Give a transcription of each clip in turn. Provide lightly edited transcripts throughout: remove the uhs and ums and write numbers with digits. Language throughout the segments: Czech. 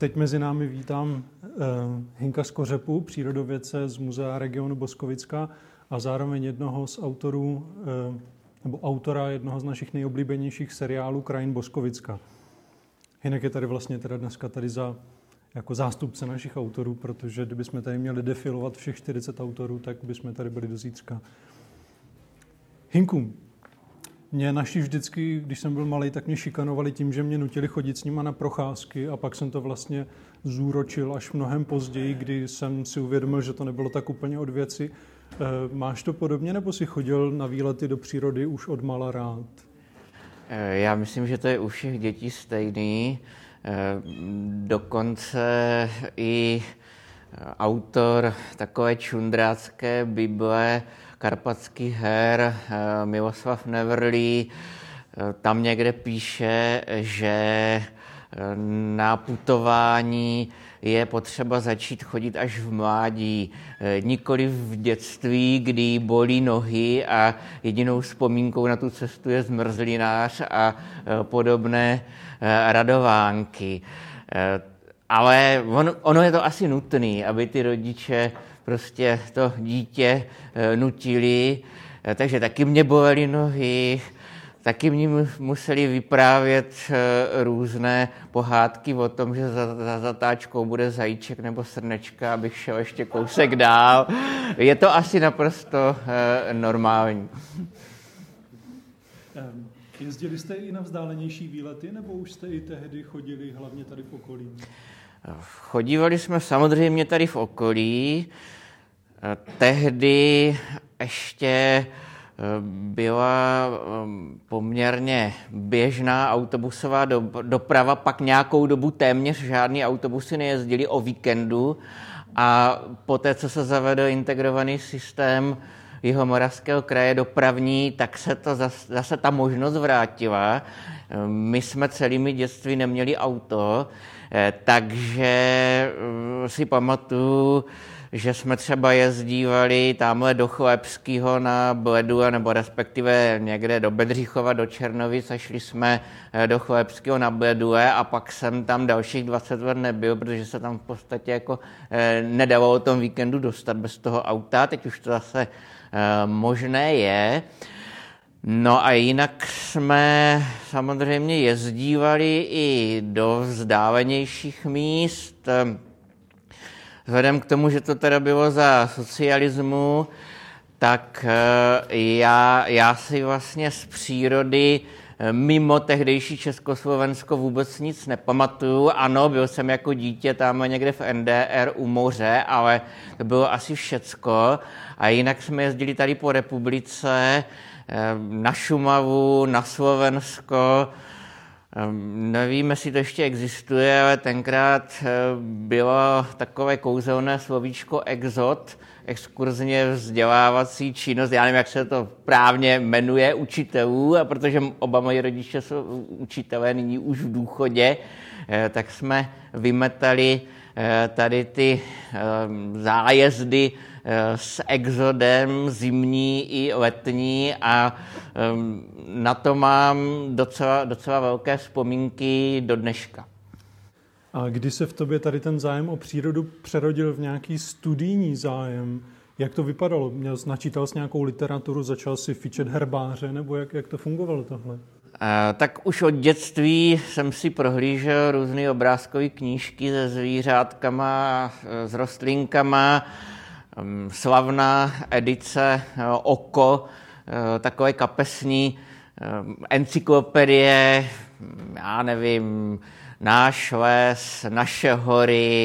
Teď mezi námi vítám Hinka Skořepu, přírodovědce z Muzea regionu Boskovicka a zároveň jednoho z autorů, nebo autora jednoho z našich nejoblíbenějších seriálů Krajin Boskovicka. Hinek je tady vlastně dneska jako zástupce našich autorů, protože kdybychom tady měli defilovat všech 40 autorů, tak bychom tady byli do zítřka. Hinku, mě naši vždycky, když jsem byl malej, tak mě šikanovali tím, že mě nutili chodit s nima na procházky a pak jsem to vlastně zúročil až mnohem později, kdy jsem si uvědomil, že to nebylo tak úplně od věci. Máš to podobně, nebo jsi chodil na výlety do přírody už od mala rád? Já myslím, že to je u všech dětí stejný. Dokonce i autor takové čundrácké bible Karpatských her Miloslav Nevrlý tam někde píše, že na putování je potřeba začít chodit až v mládí, nikoli v dětství, kdy bolí nohy a jedinou vzpomínkou na tu cestu je zmrzlinář a podobné radovánky. Ale ono je to asi nutné, aby ty rodiče prostě to dítě nutili, takže taky mě bolely nohy, taky mě museli vyprávět různé pohádky o tom, že za zatáčkou bude zajíček nebo srnečka, abych šel ještě kousek dál. Je to asi naprosto normální. Jezdili jste i na vzdálenější výlety, nebo už jste i tehdy chodili hlavně tady v okolí? Chodívali jsme samozřejmě tady v okolí. Tehdy ještě byla poměrně běžná autobusová doprava, pak nějakou dobu téměř žádný autobusy nejezdily o víkendu a poté, co se zavedl integrovaný systém Jihomoravského kraje dopravní, tak se to zase ta možnost vrátila. My jsme celými dětství neměli auto, takže si pamatuju, že jsme třeba jezdívali tamhle do Chlebského na Bledu, nebo respektive někde do Bedřichova, do Černovic a šli jsme do Chlebského na Bledule a pak jsem tam dalších 20 let nebyl, protože se tam v podstatě jako nedalo o tom víkendu dostat bez toho auta, teď už to zase možné je. No a jinak jsme samozřejmě jezdívali i do vzdálenějších míst. Vzhledem k tomu, že to teda bylo za socialismu, tak já si vlastně z přírody mimo tehdejší Československo vůbec nic nepamatuju. Ano, byl jsem jako dítě tam někde v NDR u moře, ale to bylo asi všecko. A jinak jsme jezdili tady po republice, na Šumavu, na Slovensko. Nevím, jestli to ještě existuje, ale tenkrát bylo takové kouzelné slovíčko exot, exkurzně vzdělávací činnost, já nevím, jak se to právně jmenuje, učitelů, a protože oba moji rodiče jsou učitelé nyní už v důchodě, tak jsme vymetali tady ty zájezdy s exodem zimní i letní a na to mám docela velké vzpomínky do dneška. A kdy se v tobě tady ten zájem o přírodu přerodil v nějaký studijní zájem? Jak to vypadalo? Načítal jsi nějakou literaturu, začal si fičet herbáře, nebo jak to fungovalo tohle? Tak už od dětství jsem si prohlížel různé obrázkové knížky se zvířátkama, s rostlinkama, slavná edice Oko, takové kapesní encyklopedie, já nevím, Náš les, Naše hory,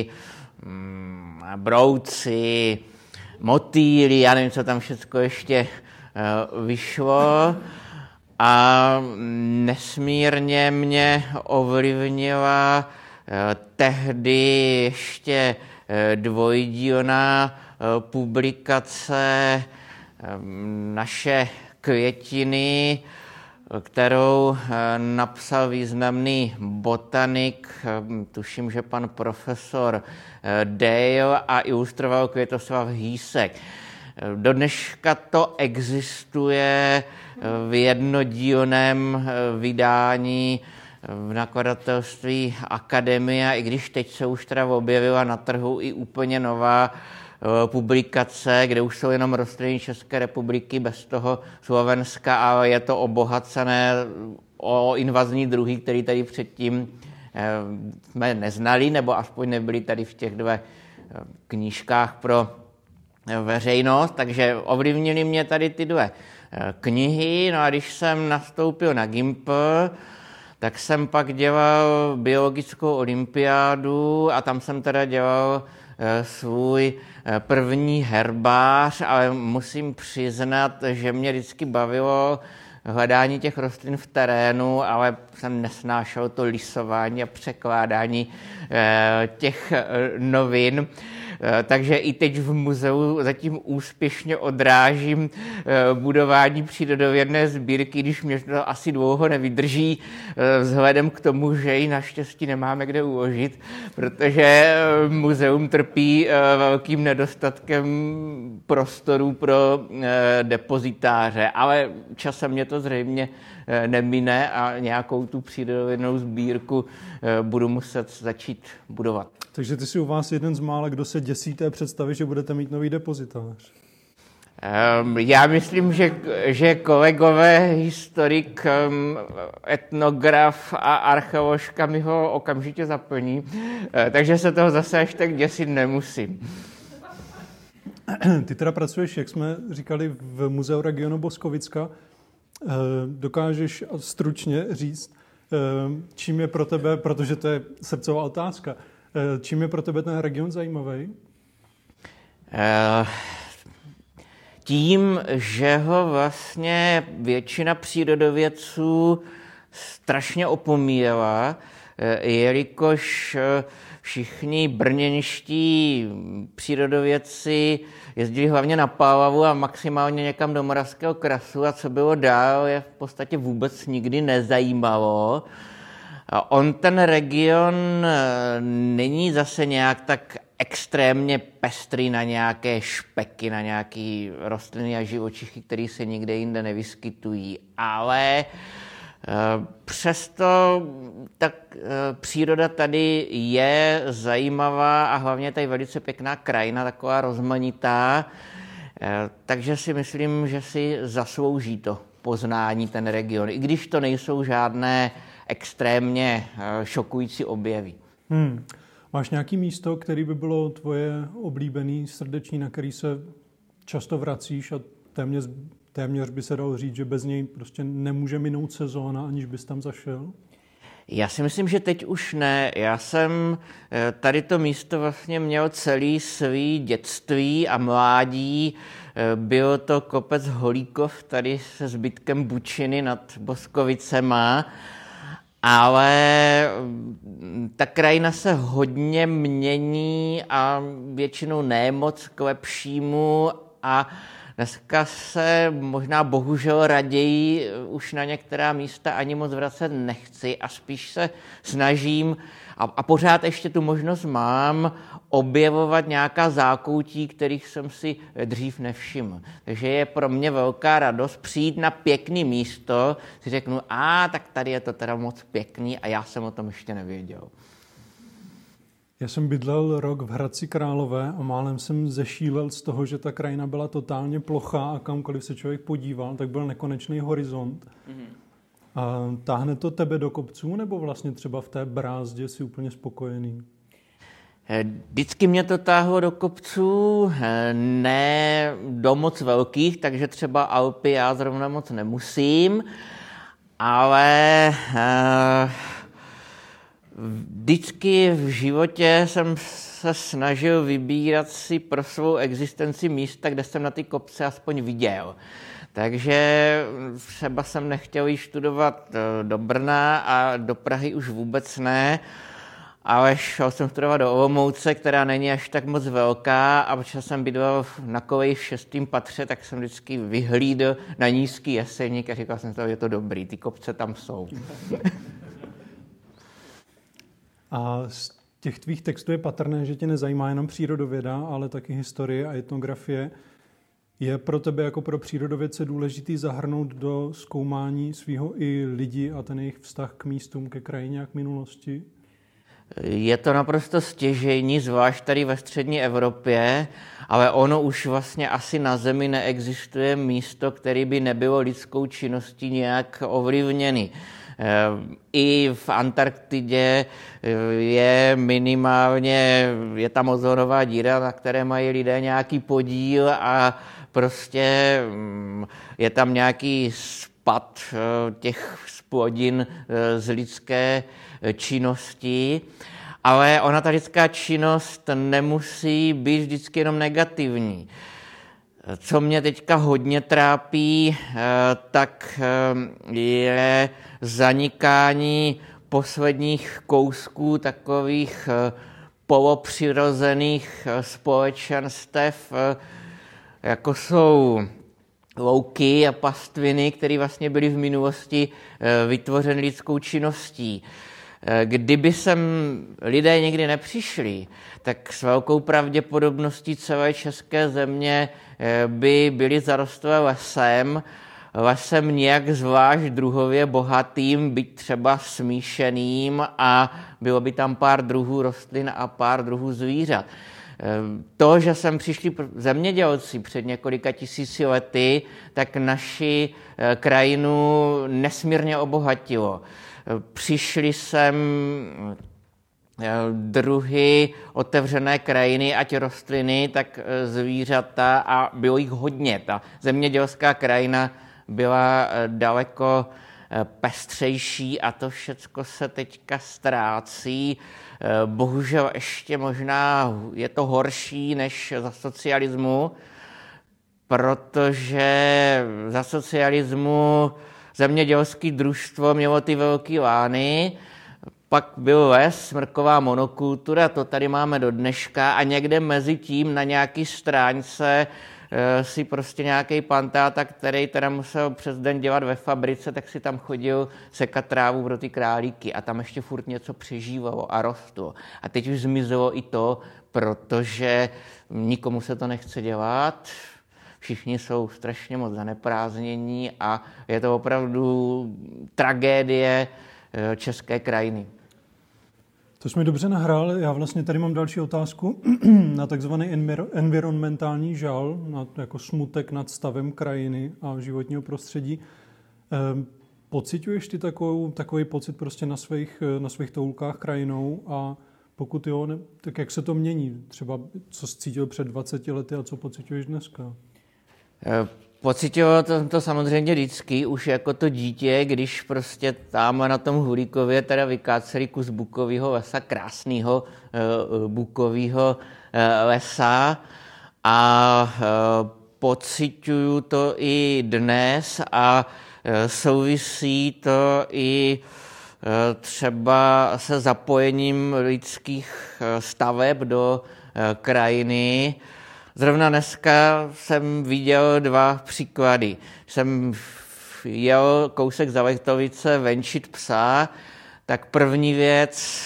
brouci, motýly, já nevím, co tam všechno ještě vyšlo. A nesmírně mě ovlivnila tehdy ještě dvojdílná publikace Naše květiny, kterou napsal významný botanik, tuším, že pan profesor Dale, a ilustroval Květoslav Hýsek. Do dneška to existuje v jednodílném vydání v nakladatelství Akademia, i když teď se už teda objevila na trhu i úplně nová publikace, kde už jsou jenom rostliny České republiky bez toho Slovenska, ale je to obohacené o invazní druhy, který tady předtím jsme neznali, nebo aspoň nebyli tady v těch dvě knížkách pro veřejnost, takže ovlivnily mě tady ty dvě knihy. No a když jsem nastoupil na Gimpl, tak jsem pak dělal biologickou olympiádu a tam jsem teda dělal svůj první herbář, ale musím přiznat, že mě vždycky bavilo hledání těch rostlin v terénu, ale jsem nesnášel to lisování a překládání těch novin. Takže i teď v muzeu zatím úspěšně odrážím budování přírodovědné sbírky, když mě to asi dlouho nevydrží, vzhledem k tomu, že ji naštěstí nemáme kde uložit, protože muzeum trpí velkým nedostatkem prostorů pro depozitáře, ale časem mě to zřejmě nemine a nějakou tu přírodovědnou sbírku budu muset začít budovat. Takže ty jsi u vás jeden z mála, kdo se děsí té představy, že budete mít nový depozitář. Já myslím, že kolegové, historik, etnograf a archeoložka mi ho okamžitě zaplní, takže se toho zase až tak děsit nemusím. Ty teda pracuješ, jak jsme říkali, v Muzeu regionu Boskovicka. Dokážeš stručně říct, čím je pro tebe, protože to je srdcová otázka, čím je pro tebe ten region zajímavý? Tím, že ho vlastně většina přírodovědců strašně opomíjela, jelikož všichni brněnští přírodovědci jezdili hlavně na Pálavu a maximálně někam do Moravského krasu a co bylo dál, je v podstatě vůbec nikdy nezajímalo. A on ten region není zase nějak tak extrémně pestrý na nějaké špeky, na nějaké rostliny a živočichy, které se nikde jinde nevyskytují, ale přesto tak příroda tady je zajímavá a hlavně tady velice pěkná krajina, taková rozmanitá, takže si myslím, že si zaslouží to poznání ten region, i když to nejsou žádné extrémně šokující objevy. Máš nějaké místo, které by bylo tvoje oblíbený, srdeční, na který se často vracíš a téměř by se dalo říct, že bez něj prostě nemůže minout sezóna, aniž bys tam zašel? Já si myslím, že teď už ne. Já jsem tady to místo vlastně měl celý svý dětství a mládí. Byl to kopec Holíkov tady se zbytkem Bučiny nad Boskovicema, ale ta krajina se hodně mění a většinou ne moc k lepšímu a dneska se možná bohužel raději už na některá místa ani moc vracet nechci a spíš se snažím a pořád ještě tu možnost mám objevovat nějaká zákoutí, kterých jsem si dřív nevšiml. Takže je pro mě velká radost přijít na pěkný místo, si řeknu, tak tady je to teda moc pěkný a já jsem o tom ještě nevěděl. Já jsem bydlel rok v Hradci Králové a málem jsem zešílel z toho, že ta krajina byla totálně plochá a kamkoliv se člověk podíval, tak byl nekonečný horizont. A táhne to tebe do kopců, nebo vlastně třeba v té brázdě si úplně spokojený? Vždycky mě to táhlo do kopců, ne do moc velkých, takže třeba Alpy já zrovna moc nemusím, ale vždycky v životě jsem se snažil vybírat si pro svou existenci místa, kde jsem na ty kopce aspoň viděl. Takže třeba jsem nechtěl jít studovat do Brna a do Prahy už vůbec ne, ale šel jsem studovat do Olomouce, která není až tak moc velká a protože jsem bydlel na koleji v 6. patře, tak jsem vždycky vyhlídl na nízký Jeseník a říkal jsem si, že je to dobrý, ty kopce tam jsou. A z těch tvých textů je patrné, že tě nezajímá jenom přírodověda, ale taky historie a etnografie. Je pro tebe jako pro přírodovědce důležitý zahrnout do zkoumání svého i lidi a ten jejich vztah k místům, ke krajině a k minulosti? Je to naprosto stěžejní, zvlášť tady ve střední Evropě, ale ono už vlastně asi na Zemi neexistuje místo, které by nebylo lidskou činností nějak ovlivněný. I v Antarktidě je tam ozonová díra, na které mají lidé nějaký podíl a prostě je tam nějaký spad těch splodin z lidské činnosti, ale ona ta lidská činnost nemusí být vždycky jenom negativní. Co mě teďka hodně trápí, tak je zanikání posledních kousků takových polopřirozených společenstev, jako jsou louky a pastviny, které vlastně byly v minulosti vytvořeny lidskou činností. Kdyby sem lidé nikdy nepřišli, tak s velkou pravděpodobností celé české země by byly zarostlé lesem nějak zvlášť druhově bohatým, byť třeba smíšeným, a bylo by tam pár druhů rostlin a pár druhů zvířat. To, že sem přišli zemědělci před několika tisíci lety, tak naši krajinu nesmírně obohatilo. Přišli sem druhy otevřené krajiny, ať rostliny, tak zvířata, a bylo jich hodně. Ta zemědělská krajina byla daleko pestřejší a to všecko se teďka ztrácí. Bohužel ještě možná je to horší než za socialismu, protože za socialismu zemědělské družstvo mělo ty velké lány, pak byl les, smrková monokultura, to tady máme do dneška, a někde mezi tím na nějaký stránce si prostě nějaký pantáta, který teda musel přes den dělat ve fabrice, tak si tam chodil sekat trávu pro ty králíky a tam ještě furt něco přežívalo a rostlo. A teď už zmizelo i to, protože nikomu se to nechce dělat, všichni jsou strašně moc zaneprázdnění a je to opravdu tragédie české krajiny. To jsi mi dobře nahrál. Já vlastně tady mám další otázku na takzvaný environmentální žal, na jako smutek nad stavem krajiny a životního prostředí. Pociťuješ ty takový pocit prostě na svých toulkách krajinou, a pokud jo, tak jak se to mění? Třeba co jsi cítil před 20 lety a co pociťuješ dneska? Pocitoval to samozřejmě vždycky, už jako to dítě, když prostě tam na tom Hulíkově teda vykáceli kus bukového lesa, krásného bukového lesa, a pociťuju to i dnes a souvisí to i třeba se zapojením lidských staveb do krajiny. Zrovna dneska jsem viděl 2 příklady. Jsem jel kousek za Lechtovice venčit psa, tak první věc,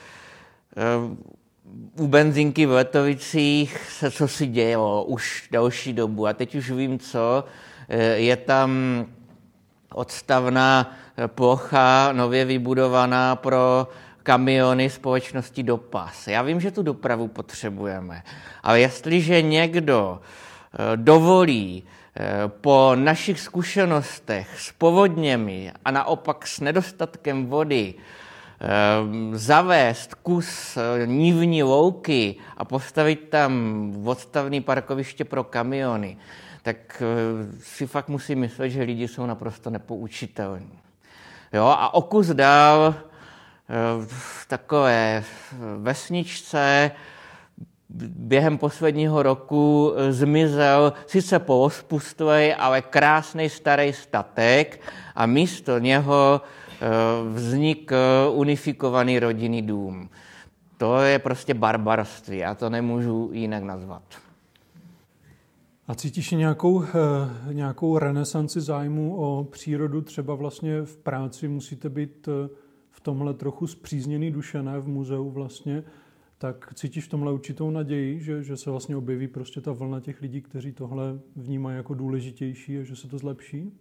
u benzinky v Letovicích se cosi dělo už delší dobu a teď už vím co, je tam odstavná plocha nově vybudovaná pro kamiony společnosti Dopas. Já vím, že tu dopravu potřebujeme, ale jestliže někdo dovolí po našich zkušenostech s povodněmi a naopak s nedostatkem vody zavést kus nivní louky a postavit tam odstavné parkoviště pro kamiony, tak si fakt musím myslet, že lidi jsou naprosto nepoučitelní. Jo, a o kus dál v takové vesničce během posledního roku zmizel sice polozpustlej, ale krásný starý statek a místo něho vznikl unifikovaný rodinný dům. To je prostě barbarství, já to nemůžu jinak nazvat. A cítíš nějakou renesanci zájmu o přírodu? Třeba vlastně v práci musíte být v tomhle trochu spřízněný duše, ne? V muzeu vlastně. tak cítíš v tomhle určitou naději, že se vlastně objeví prostě ta vlna těch lidí, kteří tohle vnímají jako důležitější a že se to zlepší?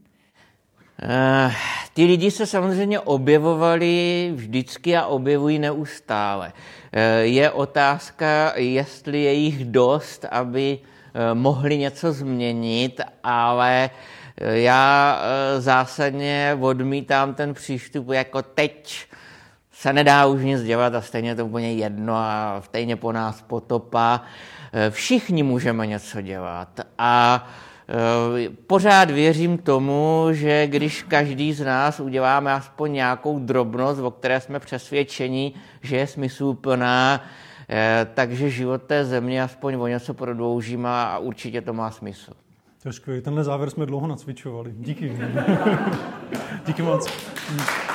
Ty lidi se samozřejmě objevovali vždycky a objevují neustále. Je otázka, jestli je jich dost, aby mohli něco změnit, ale já zásadně odmítám ten přístup jako teď se nedá už nic dělat a stejně to úplně jedno a stejně po nás potopa. Všichni můžeme něco dělat a pořád věřím tomu, že když každý z nás uděláme aspoň nějakou drobnost, o které jsme přesvědčeni, že je smysluplná, takže život té země aspoň o něco prodloužíme a určitě to má smysl. To je skvělý. Tenhle závěr jsme dlouho nacvičovali. Díky. Díky moc.